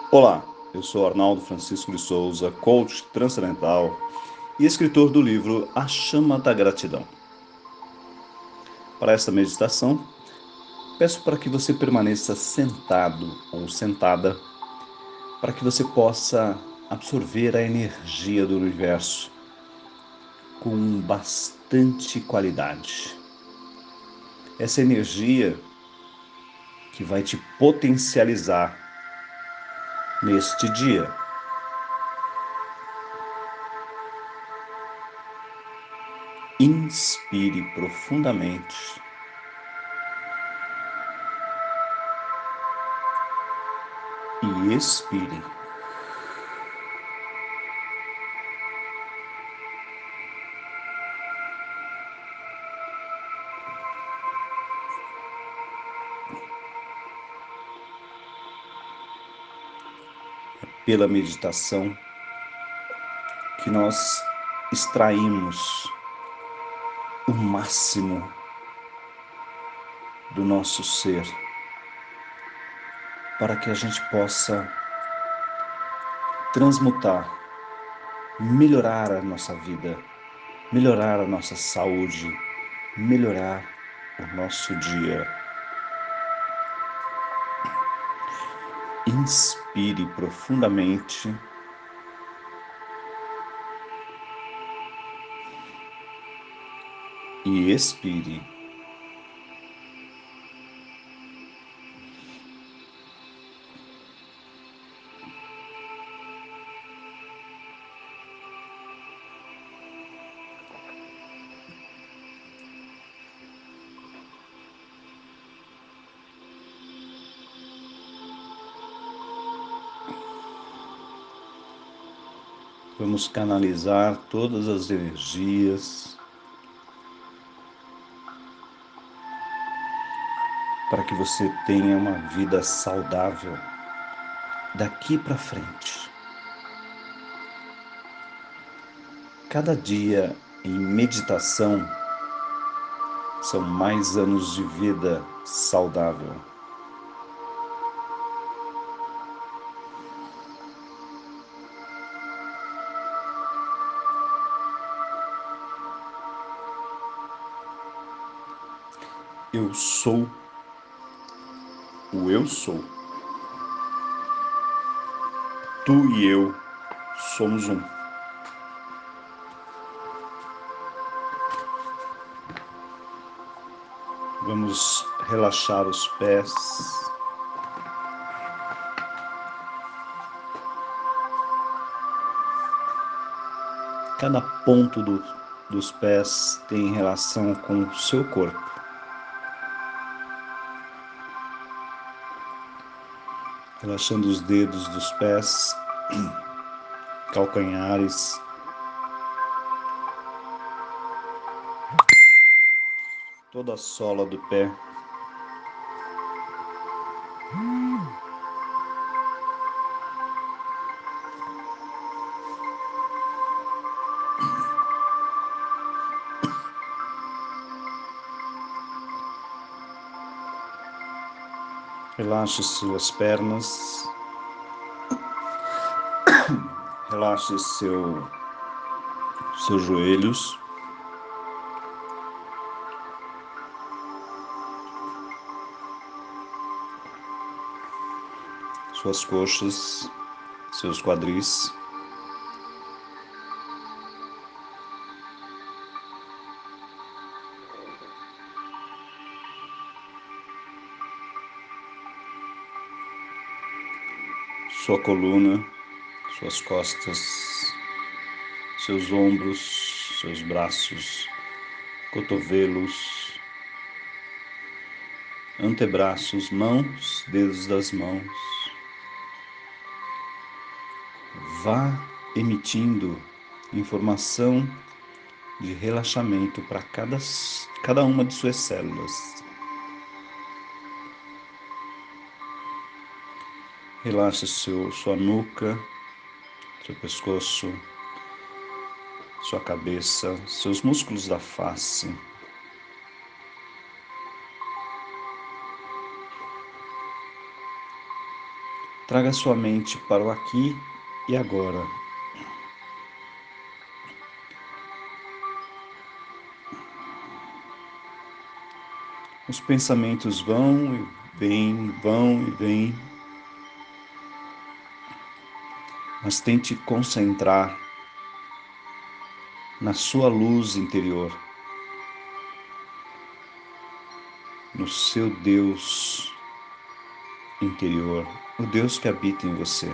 Olá, eu sou Arnaldo Francisco de Souza, coach transcendental e escritor do livro A Chama da Gratidão. Para esta meditação, peço para que você permaneça sentado ou sentada, para que você possa absorver a energia do universo com bastante qualidade. Essa energia que vai te potencializar neste dia. Inspire profundamente. E expire. Pela meditação que nós extraímos o máximo do nosso ser para que a gente possa transmutar, melhorar a nossa vida, melhorar a nossa saúde, melhorar o nosso dia. Inspire profundamente. E expire. Vamos canalizar todas as energias para que você tenha uma vida saudável daqui para frente. Cada dia em meditação são mais anos de vida saudável. Eu sou o eu sou. Tu e eu somos um. Vamos relaxar os pés. Cada ponto dos pés tem relação com o seu corpo. Relaxando os dedos dos pés, calcanhares, toda a sola do pé. Relaxe suas pernas. Relaxe seus joelhos. Suas coxas, seus quadris. Sua coluna, suas costas, seus ombros, seus braços, cotovelos, antebraços, mãos, dedos das mãos. Vá emitindo informação de relaxamento para cada uma de suas células. Relaxe sua nuca, seu pescoço, sua cabeça, seus músculos da face. Traga sua mente para o aqui e agora. Os pensamentos vão e vêm, mas tente concentrar na sua luz interior, no seu Deus interior, o Deus que habita em você.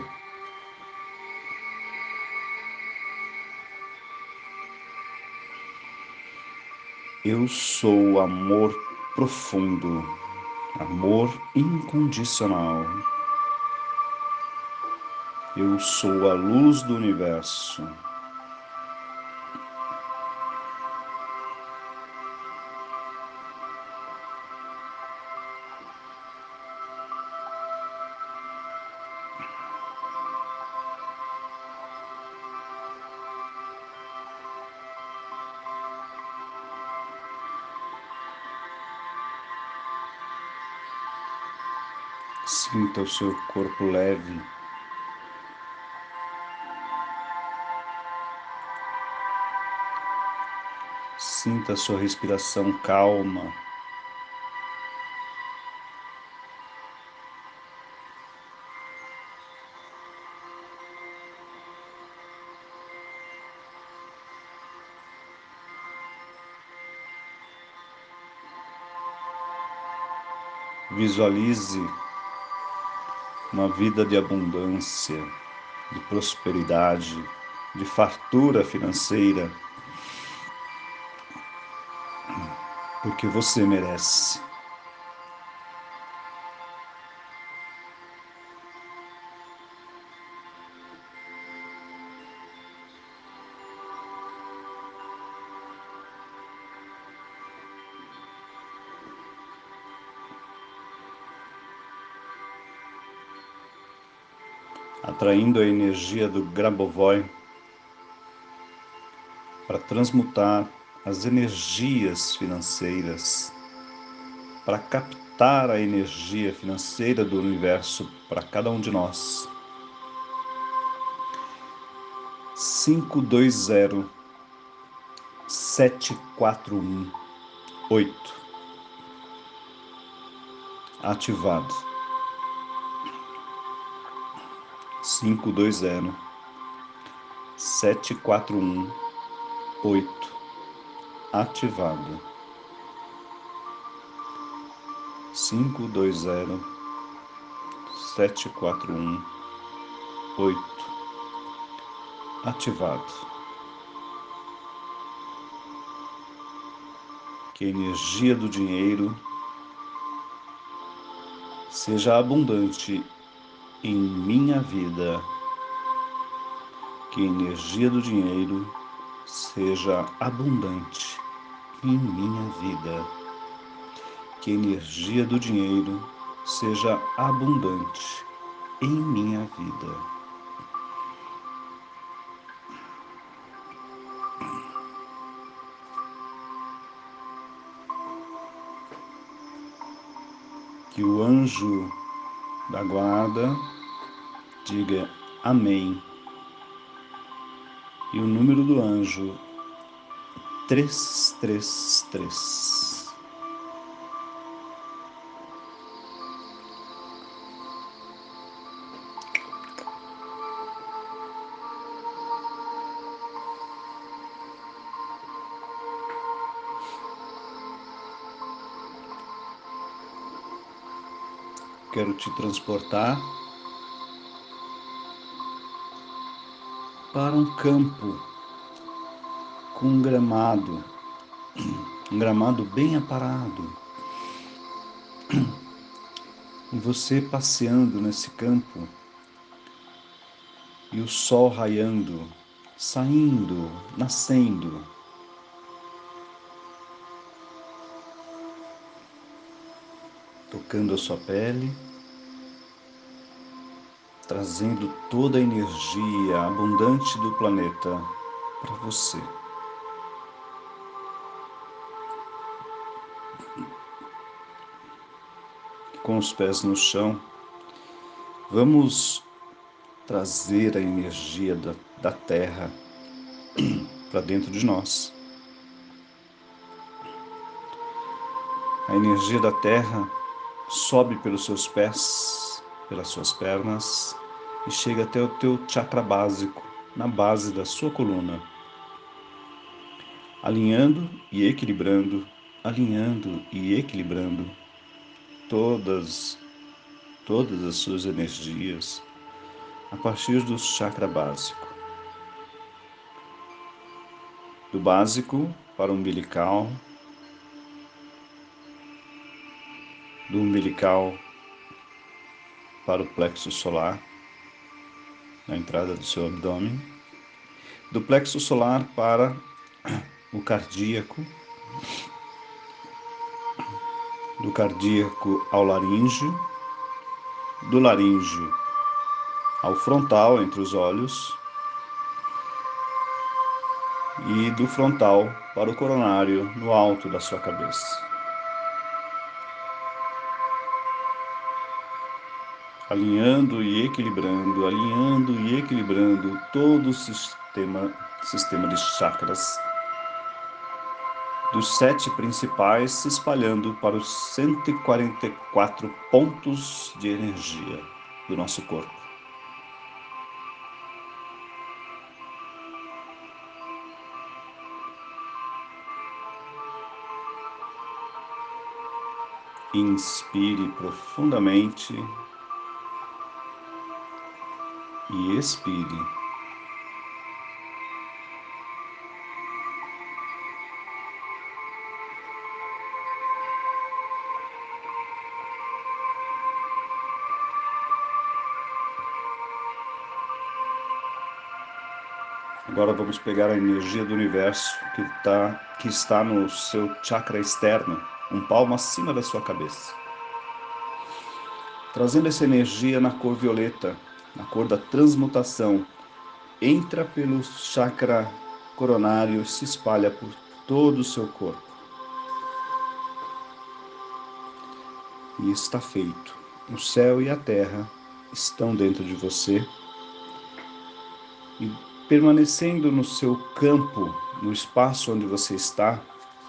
Eu sou o amor profundo, amor incondicional. Eu sou a luz do universo. Sinta o seu corpo leve. Sinta a sua respiração calma. Visualize uma vida de abundância, de prosperidade, de fartura financeira, porque você merece. Atraindo a energia do Grabovoi para transmutar as energias financeiras, para captar a energia financeira do universo para cada um de nós. 520-741-8 ativado. 520-741-8 ativado. 520-741-8 ativado. Que a energia do dinheiro seja abundante em minha vida. Que a energia do dinheiro seja abundante em minha vida. Que a energia do dinheiro seja abundante em minha vida. Que o anjo da guarda diga amém. E o número do anjo 333. Quero te transportar para um campo com um gramado bem aparado. E você passeando nesse campo, e o sol raiando, saindo, nascendo. Tocando a sua pele, trazendo toda a energia abundante do planeta para você. Com os pés no chão, Vamos trazer a energia da Terra para dentro de nós. A energia da Terra sobe pelos seus pés, pelas suas pernas e chega até o teu chakra básico, na base da sua coluna, alinhando e equilibrando todas as suas energias a partir do chakra básico. Do básico para o umbilical, do umbilical para o plexo solar, na entrada do seu abdômen, do plexo solar para o cardíaco, do cardíaco ao laríngeo, do laríngeo ao frontal, entre os olhos, e do frontal para o coronário, no alto da sua cabeça. Alinhando e equilibrando todo o sistema de chakras, dos 7 principais se espalhando para os 144 pontos de energia do nosso corpo. Inspire profundamente e expire. Agora vamos pegar a energia do universo que está no seu chakra externo, um palmo acima da sua cabeça. Trazendo essa energia na cor violeta, na cor da transmutação, entra pelo chakra coronário e se espalha por todo o seu corpo. E está feito. O céu e a terra estão dentro de você e permanecendo no seu campo, no espaço onde você está,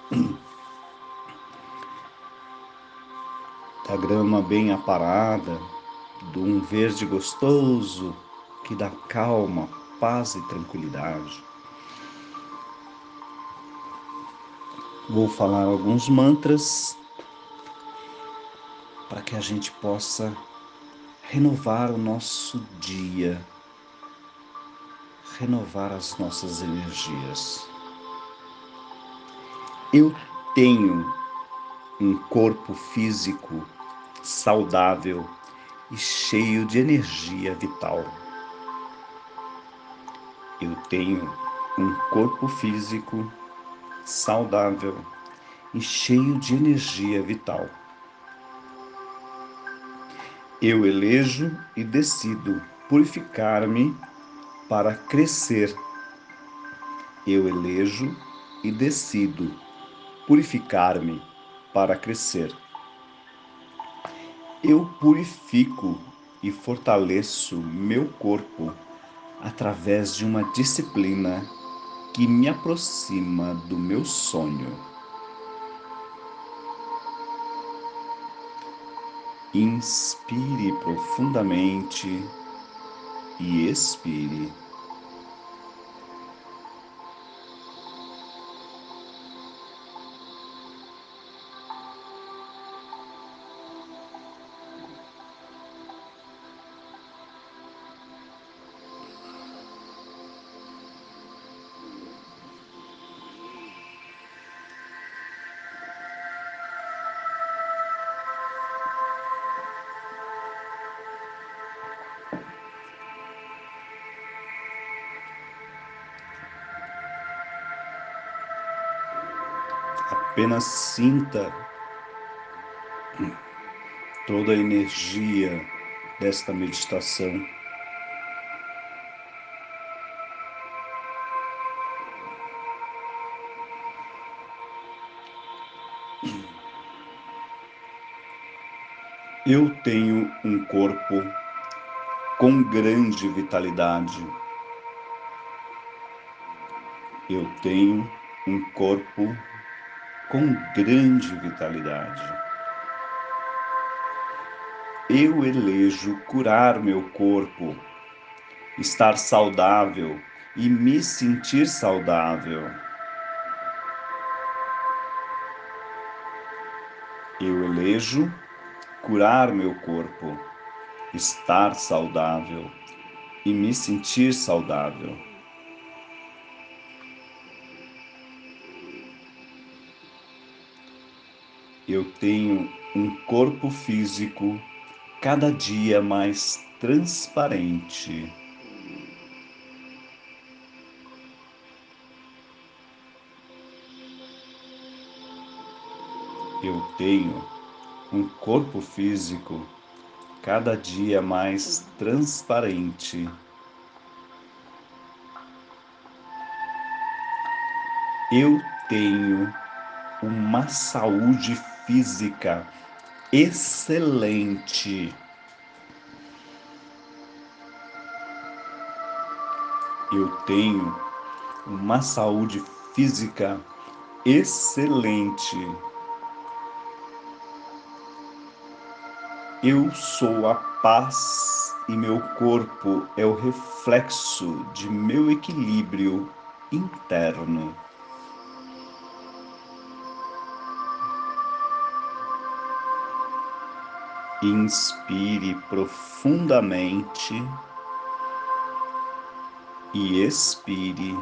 da grama bem aparada, de um verde gostoso que dá calma, paz e tranquilidade. Vou falar alguns mantras para que a gente possa renovar o nosso dia, renovar as nossas energias. Eu tenho um corpo físico saudável e cheio de energia vital. Eu tenho um corpo físico saudável e cheio de energia vital. Eu elejo e decido purificar-me para crescer. Eu elejo e decido purificar-me para crescer. Eu purifico e fortaleço meu corpo através de uma disciplina que me aproxima do meu sonho. Inspire profundamente e expire. Apenas sinta toda a energia desta meditação. Eu tenho um corpo com grande vitalidade. Eu tenho um corpo com grande vitalidade. Eu elejo curar meu corpo, estar saudável e me sentir saudável. Eu elejo curar meu corpo, estar saudável e me sentir saudável. Eu tenho um corpo físico cada dia mais transparente. Eu tenho um corpo físico cada dia mais transparente. Eu tenho uma saúde física excelente. Eu tenho uma saúde física excelente. Eu sou a paz e meu corpo é o reflexo de meu equilíbrio interno. Inspire profundamente e expire.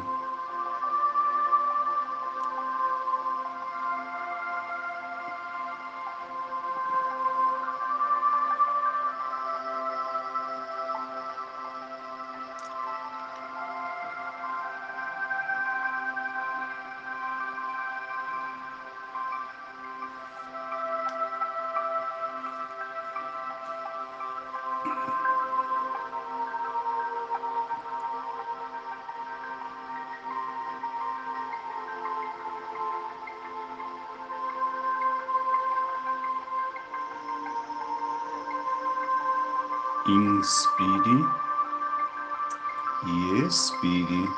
Inspire e expire.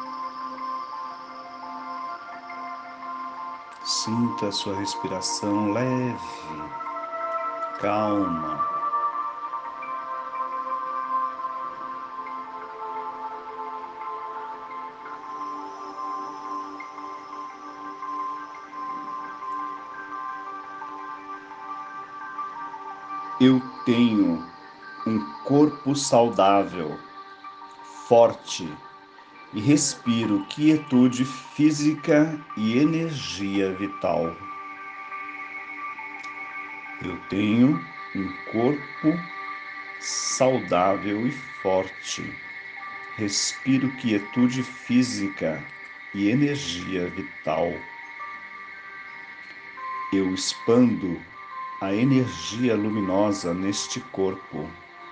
Sinta a sua respiração leve, calma. Eu tenho um corpo saudável, forte e respiro quietude física e energia vital. Eu tenho um corpo saudável e forte. Respiro quietude física e energia vital. Eu expando a energia luminosa neste corpo.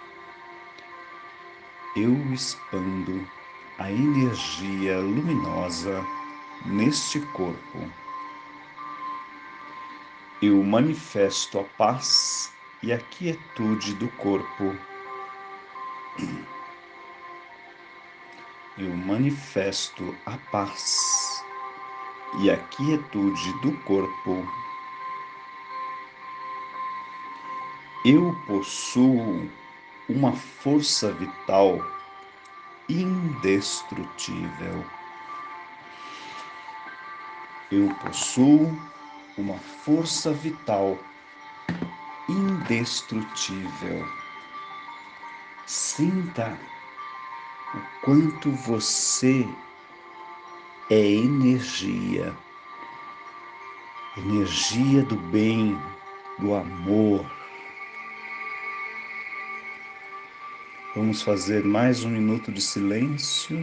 Eu expando a energia luminosa neste corpo. Eu manifesto a paz e a quietude do corpo. Eu manifesto a paz e a quietude do corpo. Eu possuo uma força vital indestrutível. Eu possuo uma força vital indestrutível. Sinta o quanto você é energia, energia do bem, do amor. Vamos fazer mais um minuto de silêncio.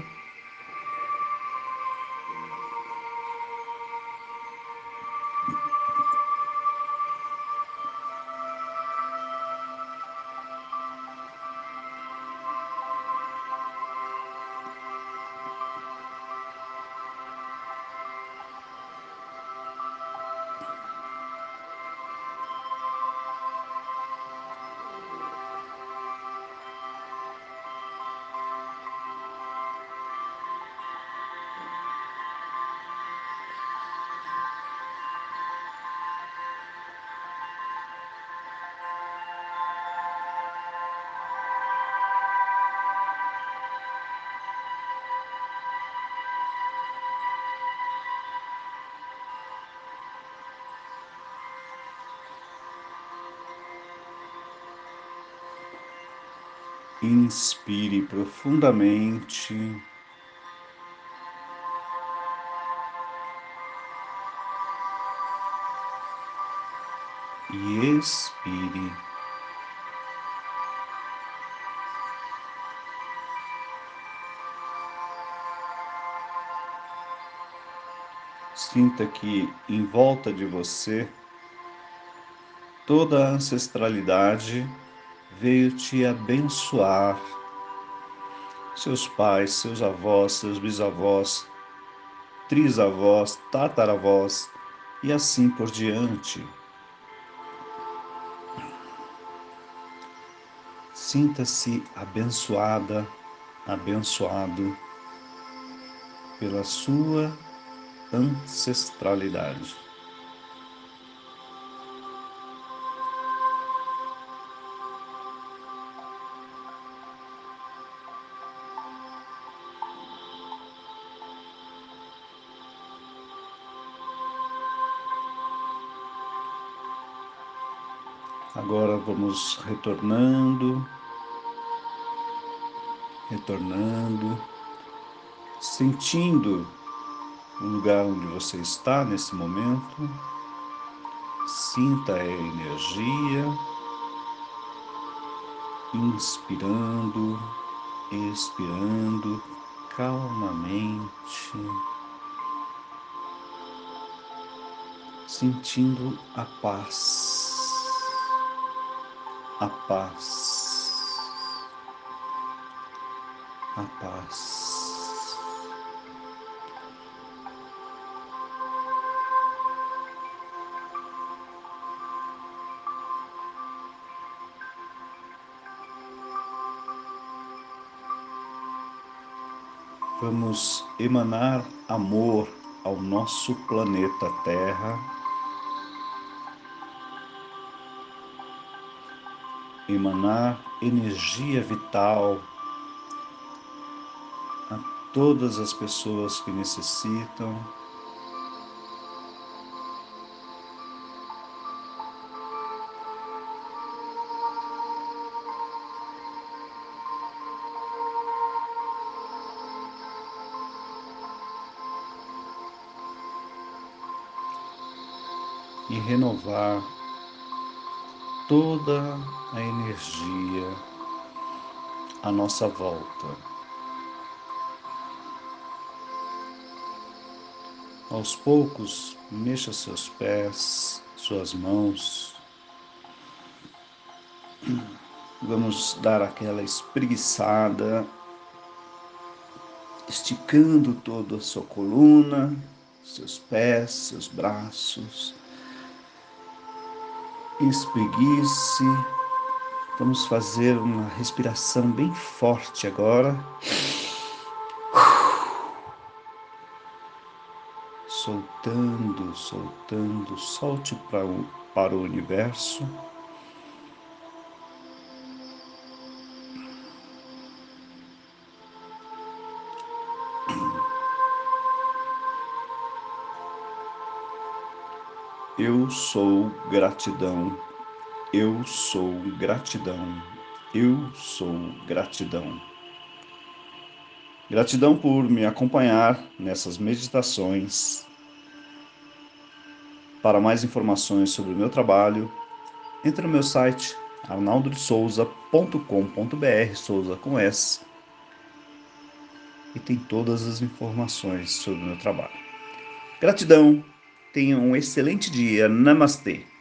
Inspire profundamente. E expire. Sinta que em volta de você toda a ancestralidade veio te abençoar. Seus pais, seus avós, seus bisavós, trisavós, tataravós e assim por diante. Sinta-se abençoada, abençoado pela sua ancestralidade. Agora vamos retornando, sentindo o lugar onde você está nesse momento. Sinta a energia, inspirando, expirando calmamente, sentindo a paz, a paz, a paz. Vamos emanar amor ao nosso planeta Terra, emanar energia vital a todas as pessoas que necessitam. E renovar toda a energia à nossa volta. Aos poucos, mexa seus pés, suas mãos. Vamos dar aquela espreguiçada, esticando toda a sua coluna, seus pés, seus braços. Espreguice. Vamos fazer uma respiração bem forte agora. Soltando, soltando, solte para o universo. Eu sou gratidão, eu sou gratidão, eu sou gratidão. Gratidão por me acompanhar nessas meditações. Para mais informações sobre o meu trabalho, entre no meu site arnaldosouza.com.br, Souza com S, e tem todas as informações sobre o meu trabalho. Gratidão, tenha um excelente dia. Namastê.